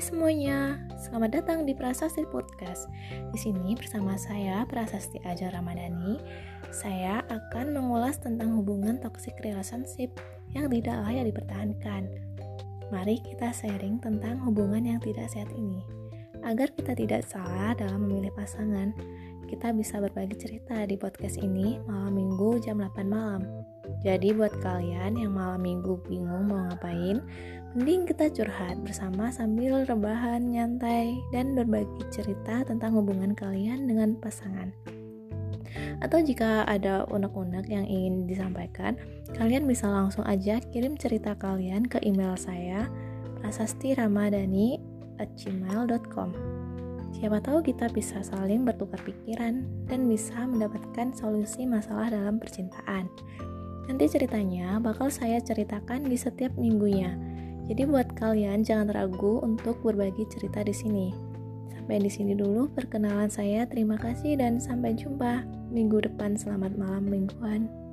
Hai semuanya, selamat datang di Prasasti Podcast. Di sini bersama saya Prasasti Aja Ramadhani. Saya akan mengulas tentang hubungan toxic relationship yang tidak layak dipertahankan. Mari kita sharing tentang hubungan yang tidak sehat ini. Agar kita tidak salah dalam memilih pasangan, kita bisa berbagi cerita di podcast ini malam minggu jam 8 malam. Jadi buat kalian yang malam minggu bingung mau ngapain, mending kita curhat bersama sambil rebahan, nyantai, dan berbagi cerita tentang hubungan kalian dengan pasangan. Atau jika ada unek-unek yang ingin disampaikan, kalian bisa langsung aja kirim cerita kalian ke email saya prasastiramadhani@gmail.com. Siapa tahu kita bisa saling bertukar pikiran dan bisa mendapatkan solusi masalah dalam percintaan. Nanti ceritanya bakal saya ceritakan di setiap minggunya. Jadi buat kalian jangan ragu untuk berbagi cerita di sini. Sampai di sini dulu perkenalan saya. Terima kasih dan sampai jumpa minggu depan. Selamat malam mingguan.